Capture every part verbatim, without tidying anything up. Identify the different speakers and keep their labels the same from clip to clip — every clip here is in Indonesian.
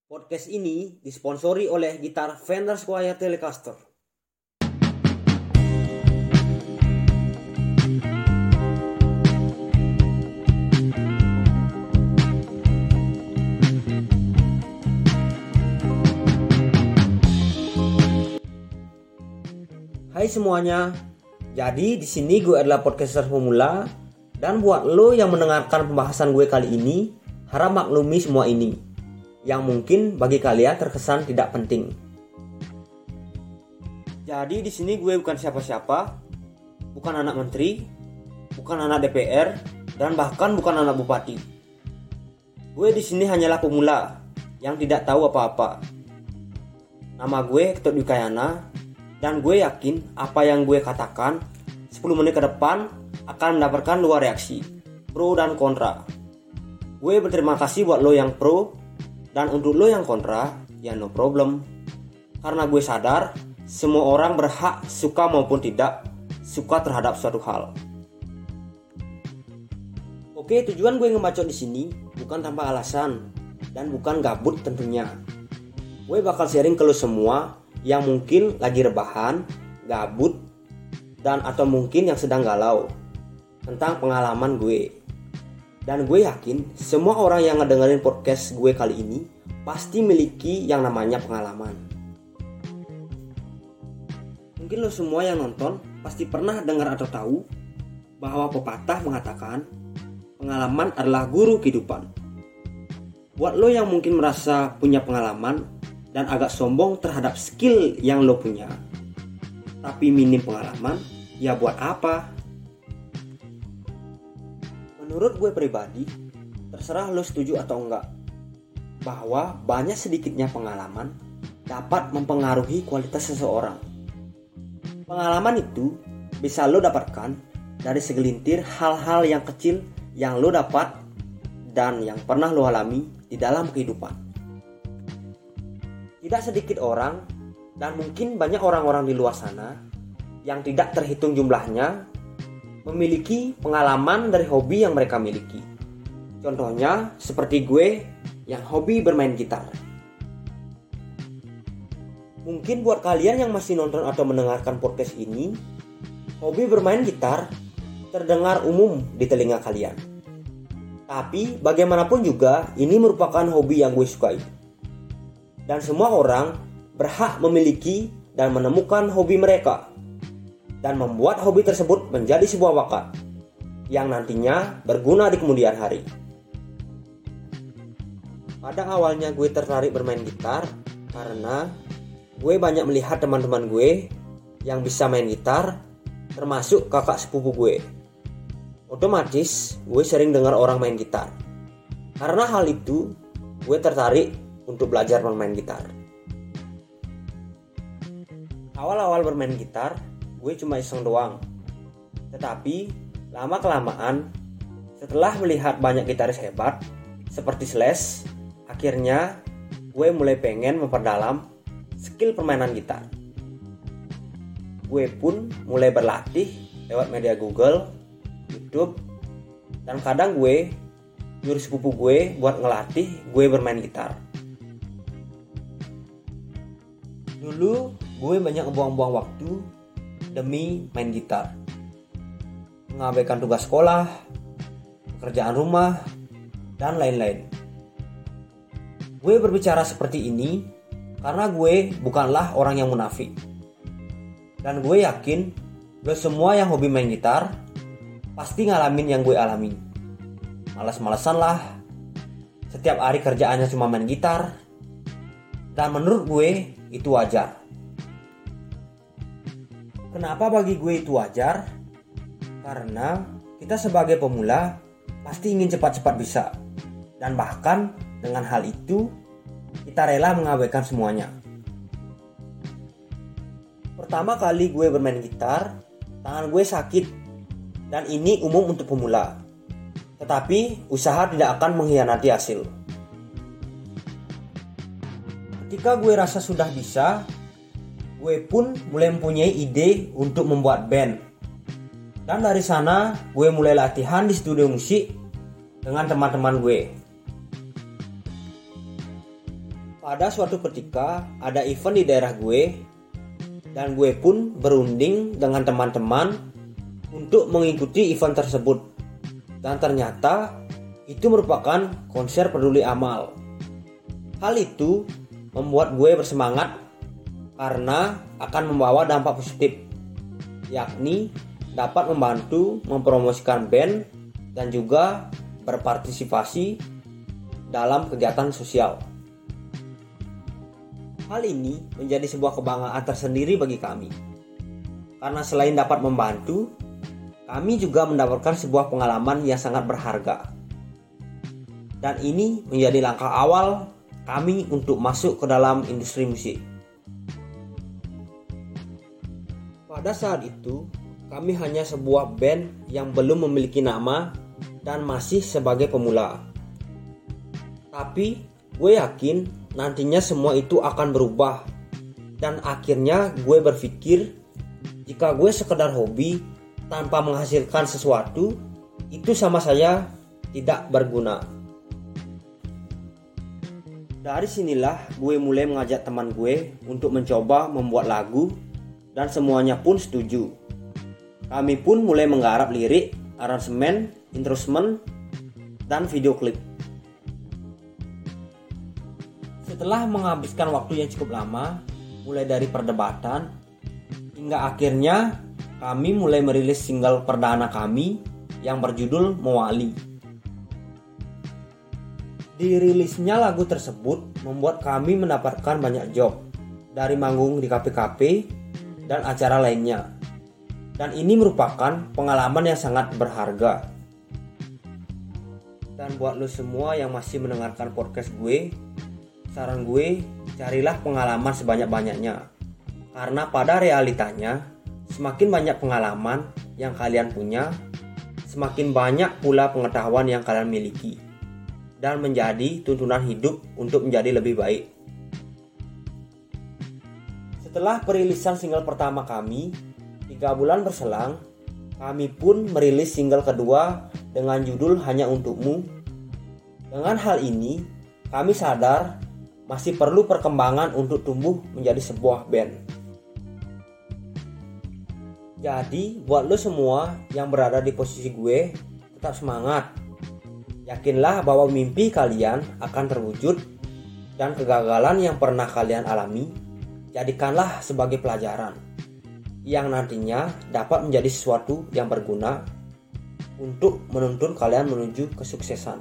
Speaker 1: Podcast ini disponsori oleh gitar Fender Squier Telecaster. Hai semuanya. Jadi di sini gue adalah podcaster pemula, dan buat lo yang mendengarkan pembahasan gue kali ini, harap maklumi semua ini yang mungkin bagi kalian terkesan tidak penting. Jadi di sini gue bukan siapa-siapa, bukan anak menteri, bukan anak D P R, dan bahkan bukan anak bupati. Gue di sini hanyalah pemula yang tidak tahu apa-apa. Nama gue Ketut Wikayana, dan gue yakin apa yang gue katakan sepuluh menit ke depan akan mendapatkan dua reaksi, pro dan kontra. Gue berterima kasih buat lo yang pro, dan untuk lo yang kontra, ya no problem. Karena gue sadar, semua orang berhak suka maupun tidak suka terhadap suatu hal. Oke, tujuan gue ngebacot di sini bukan tanpa alasan dan bukan gabut tentunya. Gue bakal sharing ke lo semua yang mungkin lagi rebahan, gabut, dan atau mungkin yang sedang galau tentang pengalaman gue. Dan gue yakin semua orang yang ngedengerin podcast gue kali ini pasti miliki yang namanya pengalaman. Mungkin lo semua yang nonton pasti pernah dengar atau tahu bahwa pepatah mengatakan pengalaman adalah guru kehidupan. Buat lo yang mungkin merasa punya pengalaman dan agak sombong terhadap skill yang lo punya, tapi minim pengalaman, ya buat apa? Menurut gue pribadi, terserah lo setuju atau enggak, bahwa banyak sedikitnya pengalaman dapat mempengaruhi kualitas seseorang. Pengalaman itu bisa lo dapatkan dari segelintir hal-hal yang kecil yang lo dapat dan yang pernah lo alami di dalam kehidupan. Tidak sedikit orang, dan mungkin banyak orang-orang di luar sana yang tidak terhitung jumlahnya, memiliki pengalaman dari hobi yang mereka miliki. Contohnya seperti gue yang hobi bermain gitar. Mungkin buat kalian yang masih nonton atau mendengarkan podcast ini, hobi bermain gitar terdengar umum di telinga kalian. Tapi bagaimanapun juga ini merupakan hobi yang gue sukai. Dan semua orang berhak memiliki dan menemukan hobi mereka, dan membuat hobi tersebut menjadi sebuah bakat yang nantinya berguna di kemudian hari. Pada awalnya gue tertarik bermain gitar karena gue banyak melihat teman-teman gue yang bisa main gitar, termasuk kakak sepupu gue. Otomatis gue sering dengar orang main gitar. Karena hal itu, gue tertarik untuk belajar bermain gitar. Awal-awal bermain gitar, gue cuma iseng doang. Tetapi lama-kelamaan, setelah melihat banyak gitaris hebat seperti Slash, akhirnya gue mulai pengen memperdalam skill permainan gitar. Gue pun mulai berlatih lewat media Google, YouTube, dan kadang gue nyuruh sepupu gue buat ngelatih gue bermain gitar. Dulu gue banyak ngebuang-buang waktu demi main gitar, mengabaikan tugas sekolah, pekerjaan rumah, dan lain-lain. Gue berbicara seperti ini karena gue bukanlah orang yang munafik. Dan gue yakin lo semua yang hobi main gitar pasti ngalamin yang gue alami. Malas-malasan lah, setiap hari kerjaannya cuma main gitar. Dan menurut gue itu wajar. Kenapa bagi gue itu wajar? Karena kita sebagai pemula pasti ingin cepat-cepat bisa. Dan bahkan dengan hal itu kita rela mengabaikan semuanya. Pertama kali gue bermain gitar, tangan gue sakit. Dan ini umum untuk pemula. Tetapi usaha tidak akan mengkhianati hasil. Ketika gue rasa sudah bisa, gue pun mulai mempunyai ide untuk membuat band. Dan dari sana gue mulai latihan di studio musik dengan teman-teman gue. Pada suatu ketika ada event di daerah gue, dan gue pun berunding dengan teman-teman untuk mengikuti event tersebut. Dan ternyata itu merupakan konser peduli amal. Hal itu membuat gue bersemangat karena akan membawa dampak positif, yakni dapat membantu mempromosikan band dan juga berpartisipasi dalam kegiatan sosial. Hal ini menjadi sebuah kebanggaan tersendiri bagi kami, karena selain dapat membantu, kami juga mendapatkan sebuah pengalaman yang sangat berharga. Dan ini menjadi langkah awal kami untuk masuk ke dalam industri musik. Pada saat itu, kami hanya sebuah band yang belum memiliki nama dan masih sebagai pemula. Tapi gue yakin nantinya semua itu akan berubah. Dan akhirnya gue berpikir, jika gue sekedar hobi tanpa menghasilkan sesuatu, itu sama saya tidak berguna. Dari sinilah gue mulai mengajak teman gue untuk mencoba membuat lagu, dan semuanya pun setuju. Kami pun mulai menggarap lirik, aransemen, instrumen, dan video klip. Setelah menghabiskan waktu yang cukup lama, mulai dari perdebatan, hingga akhirnya kami mulai merilis single perdana kami yang berjudul Mewali. Dirilisnya lagu tersebut membuat kami mendapatkan banyak job dari manggung di kafe-kafe dan acara lainnya. Dan ini merupakan pengalaman yang sangat berharga. Dan buat lo semua yang masih mendengarkan podcast gue, saran gue, carilah pengalaman sebanyak-banyaknya. Karena pada realitanya, semakin banyak pengalaman yang kalian punya, semakin banyak pula pengetahuan yang kalian miliki, dan menjadi tuntunan hidup untuk menjadi lebih baik. Setelah perilisan single pertama kami, tiga bulan berselang, kami pun merilis single kedua dengan judul Hanya Untukmu. Dengan hal ini, kami sadar masih perlu perkembangan untuk tumbuh menjadi sebuah band. Jadi, buat lo semua yang berada di posisi gue, tetap semangat. Yakinlah bahwa mimpi kalian akan terwujud, dan kegagalan yang pernah kalian alami, jadikanlah sebagai pelajaran yang nantinya dapat menjadi sesuatu yang berguna untuk menuntun kalian menuju kesuksesan.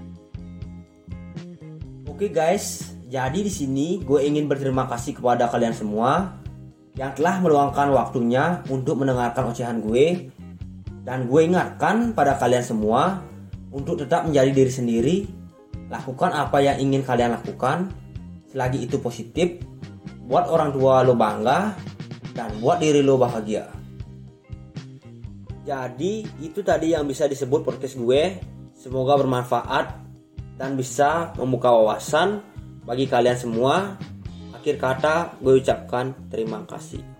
Speaker 1: Oke guys, jadi di sini gue ingin berterima kasih kepada kalian semua yang telah meluangkan waktunya untuk mendengarkan ocehan gue, dan gue ingatkan pada kalian semua untuk tetap menjadi diri sendiri, lakukan apa yang ingin kalian lakukan selagi itu positif, buat orang tua lo bangga, dan buat diri lo bahagia. Jadi itu tadi yang bisa disebut podcast gue. Semoga bermanfaat dan bisa membuka wawasan bagi kalian semua. Akhir kata gue ucapkan terima kasih.